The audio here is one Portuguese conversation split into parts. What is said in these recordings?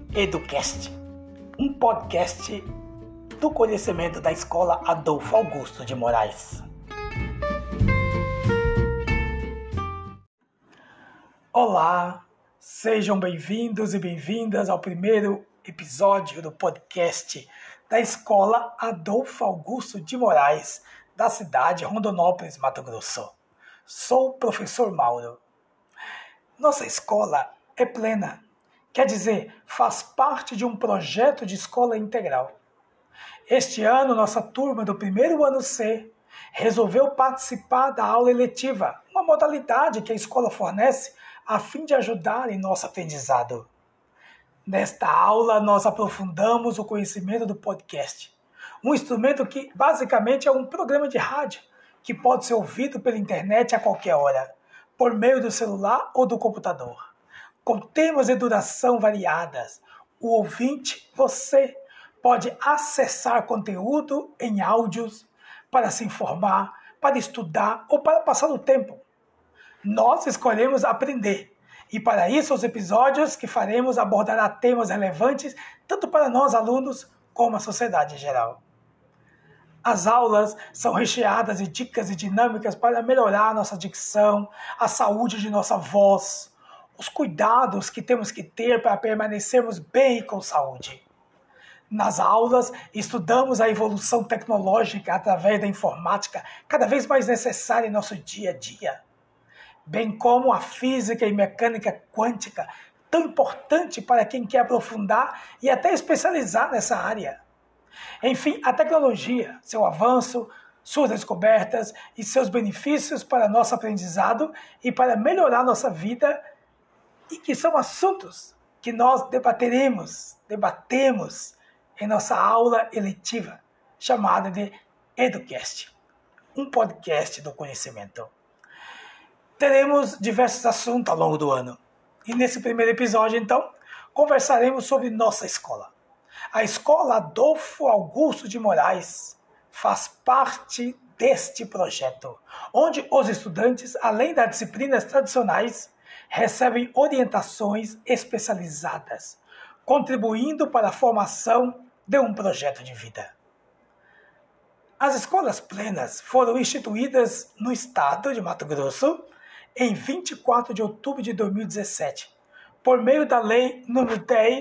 Educast, um podcast do conhecimento da Escola Adolfo Augusto de Moraes. Olá, sejam bem-vindos e bem-vindas ao primeiro episódio do podcast da Escola Adolfo Augusto de Moraes, da cidade de Rondonópolis, Mato Grosso. Sou o professor Mauro. Nossa escola é plena, quer dizer, faz parte de um projeto de escola integral. Este ano, nossa turma do primeiro ano C resolveu participar da aula eletiva, uma modalidade que a escola fornece a fim de ajudar em nosso aprendizado. Nesta aula, nós aprofundamos o conhecimento do podcast, um instrumento que basicamente é um programa de rádio que pode ser ouvido pela internet a qualquer hora, por meio do celular ou do computador. Com temas de duração variadas, o ouvinte, você, pode acessar conteúdo em áudios para se informar, para estudar ou para passar o tempo. Nós escolhemos aprender e para isso os episódios que faremos abordará temas relevantes tanto para nós alunos como a sociedade em geral. As aulas são recheadas de dicas e dinâmicas para melhorar a nossa dicção, a saúde de nossa voz, os cuidados que temos que ter para permanecermos bem e com saúde. Nas aulas, estudamos a evolução tecnológica através da informática, cada vez mais necessária em nosso dia a dia, bem como a física e mecânica quântica, tão importante para quem quer aprofundar e até especializar nessa área. Enfim, a tecnologia, seu avanço, suas descobertas e seus benefícios para nosso aprendizado e para melhorar nossa vida, e que são assuntos que nós debatemos em nossa aula eletiva, chamada de Educast, um podcast do conhecimento. Teremos diversos assuntos ao longo do ano. E nesse primeiro episódio, então, conversaremos sobre nossa escola. A Escola Adolfo Augusto de Moraes faz parte deste projeto, onde os estudantes, além das disciplinas tradicionais, recebem orientações especializadas, contribuindo para a formação de um projeto de vida. As escolas plenas foram instituídas no estado de Mato Grosso em 24 de outubro de 2017, por meio da Lei nº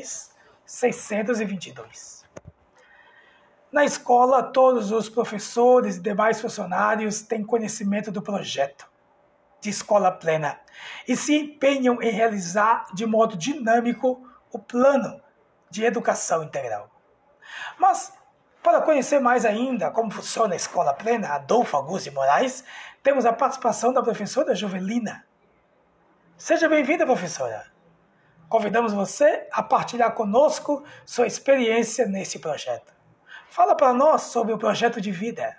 10.622. Na escola, todos os professores e demais funcionários têm conhecimento do projeto de escola plena e se empenham em realizar de modo dinâmico o plano de educação integral. Mas, para conhecer mais ainda como funciona a Escola Plena Adolfo Augusto de Moraes, temos a participação da professora Jovelina. Seja bem-vinda, professora. Convidamos você a partilhar conosco sua experiência neste projeto. Fala para nós sobre o projeto de vida.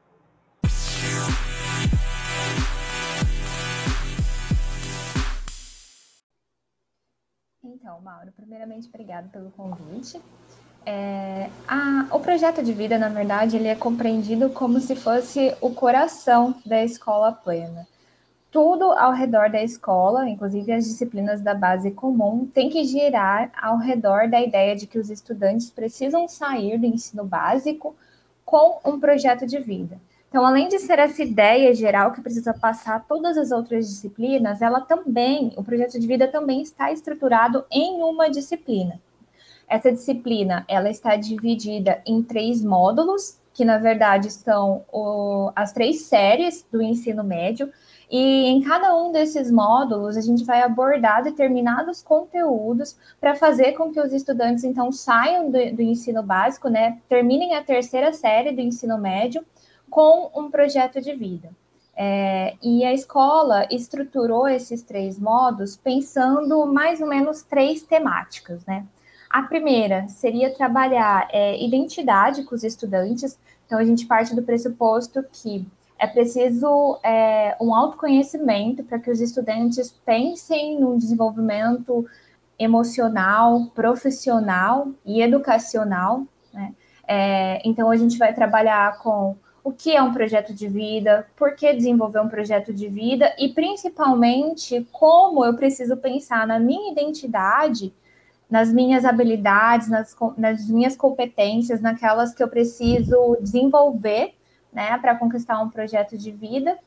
Então, Mauro, primeiramente, obrigado pelo convite. O projeto de vida, na verdade, ele é compreendido como se fosse o coração da escola plena. Tudo ao redor da escola, inclusive as disciplinas da base comum, tem que girar ao redor da ideia de que os estudantes precisam sair do ensino básico com um projeto de vida. Então, além de ser essa ideia geral que precisa passar todas as outras disciplinas, o projeto de vida também está estruturado em uma disciplina. Essa disciplina, ela está dividida em 3 módulos, que na verdade são as 3 séries do ensino médio, e em cada um desses módulos a gente vai abordar determinados conteúdos para fazer com que os estudantes então saiam do ensino básico, né, terminem a 3ª série do ensino médio com um projeto de vida. E a escola estruturou esses 3 módulos pensando mais ou menos 3 temáticas, né? A primeira seria trabalhar identidade com os estudantes. Então, a gente parte do pressuposto que é preciso um autoconhecimento para que os estudantes pensem no desenvolvimento emocional, profissional e educacional, né? Então, a gente vai trabalhar com o que é um projeto de vida, por que desenvolver um projeto de vida e, principalmente, como eu preciso pensar na minha identidade nas minhas habilidades, nas minhas competências, naquelas que eu preciso desenvolver, né, para conquistar um projeto de vida.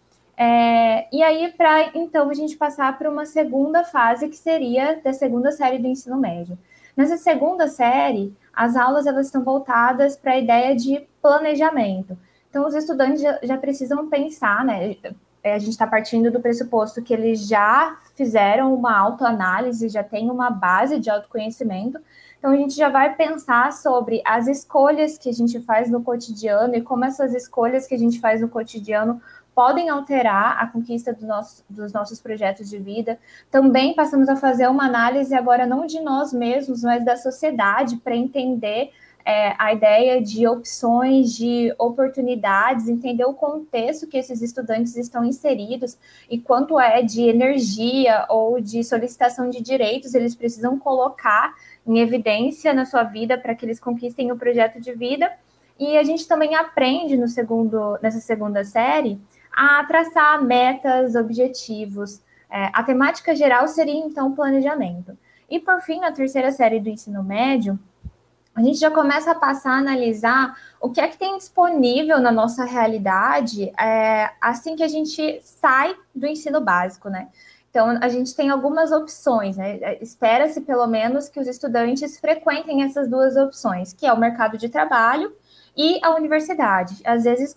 E aí, para então a gente passar para uma segunda fase, que seria da segunda série do ensino médio. Nessa segunda série, as aulas elas estão voltadas para a ideia de planejamento. Então, os estudantes já precisam pensar, né? A gente está partindo do pressuposto que eles já fizeram uma autoanálise, já tem uma base de autoconhecimento. Então, a gente já vai pensar sobre as escolhas que a gente faz no cotidiano e como essas escolhas que a gente faz no cotidiano podem alterar a conquista dos nossos projetos de vida. Também passamos a fazer uma análise agora não de nós mesmos, mas da sociedade, para entender a ideia de opções, de oportunidades, entender o contexto que esses estudantes estão inseridos e quanto é de energia ou de solicitação de direitos eles precisam colocar em evidência na sua vida para que eles conquistem o projeto de vida. E a gente também aprende nessa segunda série a traçar metas, objetivos. A temática geral seria, então, planejamento. E, por fim, na terceira série do ensino médio, a gente já começa a passar a analisar o que é que tem disponível na nossa realidade assim que a gente sai do ensino básico, né? Então, a gente tem algumas opções, né? Espera-se, pelo menos, que os estudantes frequentem essas duas opções, que é o mercado de trabalho e a universidade, às vezes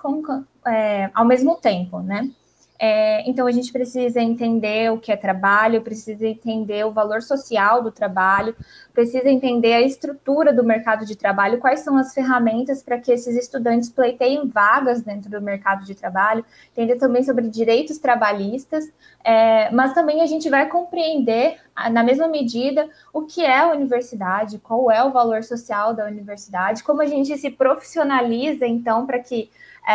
ao mesmo tempo, né? Então, a gente precisa entender o que é trabalho, precisa entender o valor social do trabalho, precisa entender a estrutura do mercado de trabalho, quais são as ferramentas para que esses estudantes pleiteiem vagas dentro do mercado de trabalho, entender também sobre direitos trabalhistas, mas também a gente vai compreender, na mesma medida, o que é a universidade, qual é o valor social da universidade, como a gente se profissionaliza, então, para que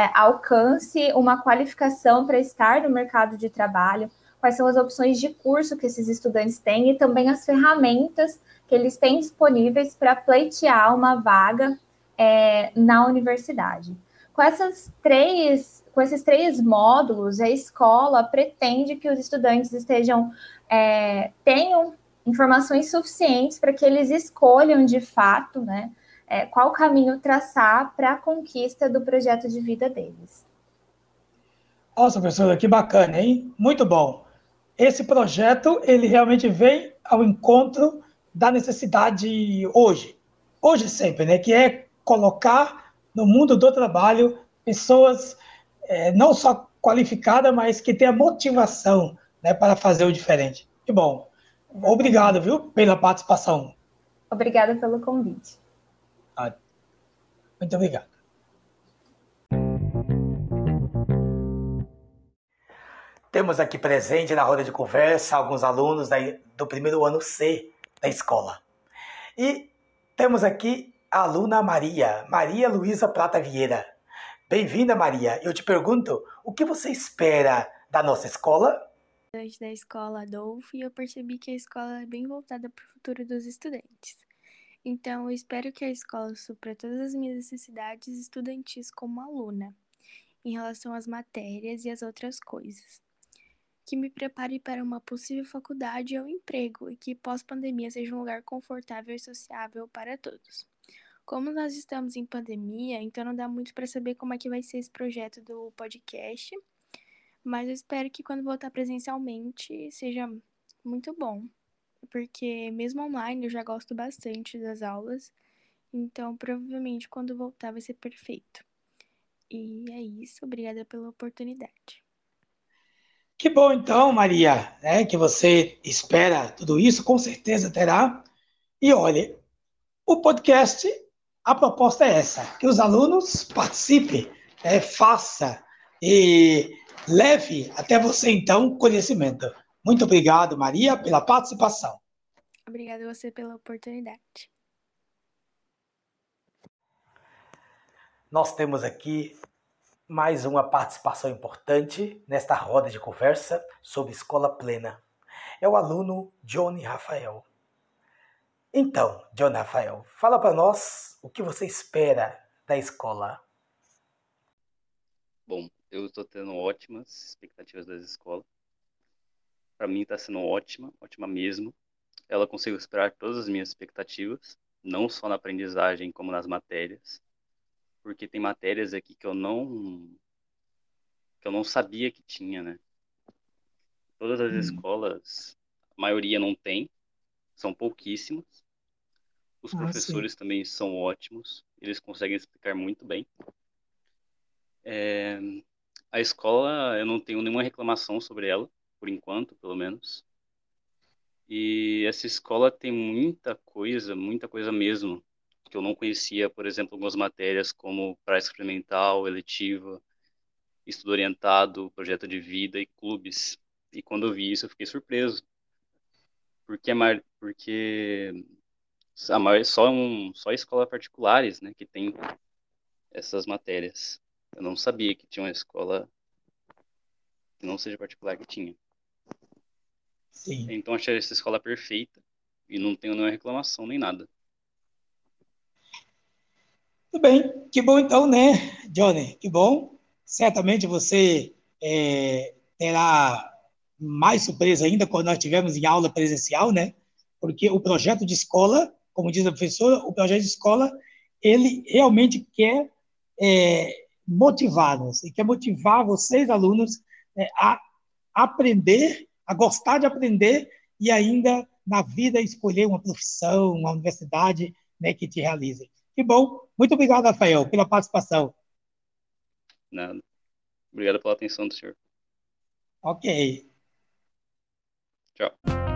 alcance uma qualificação para estar no mercado de trabalho, quais são as opções de curso que esses estudantes têm e também as ferramentas que eles têm disponíveis para pleitear uma vaga na universidade. Com esses três módulos, a escola pretende que os estudantes tenham informações suficientes para que eles escolham de fato, né, qual caminho traçar para a conquista do projeto de vida deles. Nossa, professora, que bacana, hein? Muito bom. Esse projeto, ele realmente vem ao encontro da necessidade hoje e sempre, né? Que é colocar no mundo do trabalho pessoas não só qualificadas, mas que tenham motivação, né, para fazer o diferente. Que bom. Exatamente. Obrigado, viu, pela participação. Obrigada pelo convite. Ah, muito obrigado. Temos aqui presente na roda de conversa alguns alunos do primeiro ano C da escola. E temos aqui a aluna Maria, Maria Luísa Prata Vieira. Bem-vinda, Maria. Eu te pergunto, o que você espera da nossa escola? Da escola Adolfo e eu percebi que a escola é bem voltada para o futuro dos estudantes. Então, eu espero que a escola supra todas as minhas necessidades estudantis como aluna, em relação às matérias e às outras coisas. Que me prepare para uma possível faculdade ou emprego e que pós-pandemia seja um lugar confortável e sociável para todos. Como nós estamos em pandemia, então não dá muito para saber como é que vai ser esse projeto do podcast, mas eu espero que quando voltar presencialmente seja muito bom, porque mesmo online eu já gosto bastante das aulas, então provavelmente quando voltar vai ser perfeito. E é isso, obrigada pela oportunidade. Que bom, então, Maria, né, que você espera tudo isso, com certeza terá. E olhe, o podcast, a proposta é essa, que os alunos participem, faça e leve até você, então, conhecimento. Muito obrigado, Maria, pela participação. Obrigada a você pela oportunidade. Nós temos aqui mais uma participação importante nesta roda de conversa sobre escola plena. É o aluno Johnny Rafael. Então, Johnny Rafael, fala para nós o que você espera da escola. Bom, eu estou tendo ótimas expectativas da escola. Para mim está sendo ótima, ótima mesmo. ela conseguiu superar todas as minhas expectativas, não só na aprendizagem como nas matérias, porque tem matérias aqui que eu não sabia que tinha, né? Todas as escolas, a maioria não tem, são pouquíssimas. Os Sim. professores também são ótimos, eles conseguem explicar muito bem. A escola, eu não tenho nenhuma reclamação sobre ela, por enquanto, pelo menos. E essa escola tem muita coisa mesmo, que eu não conhecia, por exemplo, algumas matérias como prática experimental, eletiva, estudo orientado, projeto de vida e clubes. E quando eu vi isso, eu fiquei surpreso, porque só escolas particulares, né, que tem essas matérias. Eu não sabia que tinha uma escola que não seja particular que tinha. Sim. Então achei essa escola perfeita e não tenho nenhuma reclamação nem nada. Tudo bem, que bom então, né, Johnny? Que bom. Certamente você terá mais surpresa ainda quando nós estivermos em aula presencial, né? Porque o projeto de escola, como diz a professora, o projeto de escola, ele realmente quer motivar-nos e quer motivar vocês, alunos, a aprender, a gostar de aprender e ainda na vida escolher uma profissão, uma universidade, né, que te realize. Que bom. Muito obrigado, Rafael, pela participação. Nada. Obrigado pela atenção do senhor. Ok. Tchau.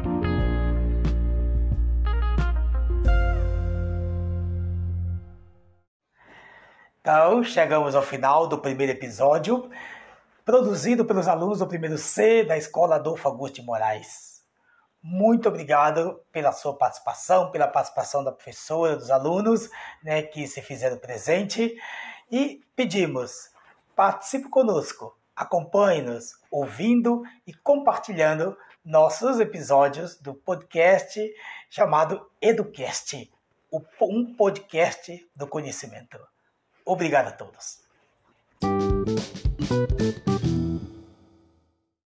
Então, chegamos ao final do primeiro episódio, produzido pelos alunos do primeiro C da Escola Adolfo Augusto de Moraes. Muito obrigado pela sua participação, pela participação da professora, dos alunos, né, que se fizeram presente. E pedimos, participe conosco, acompanhe-nos, ouvindo e compartilhando nossos episódios do podcast chamado Educast, um podcast do conhecimento. Obrigado a todos.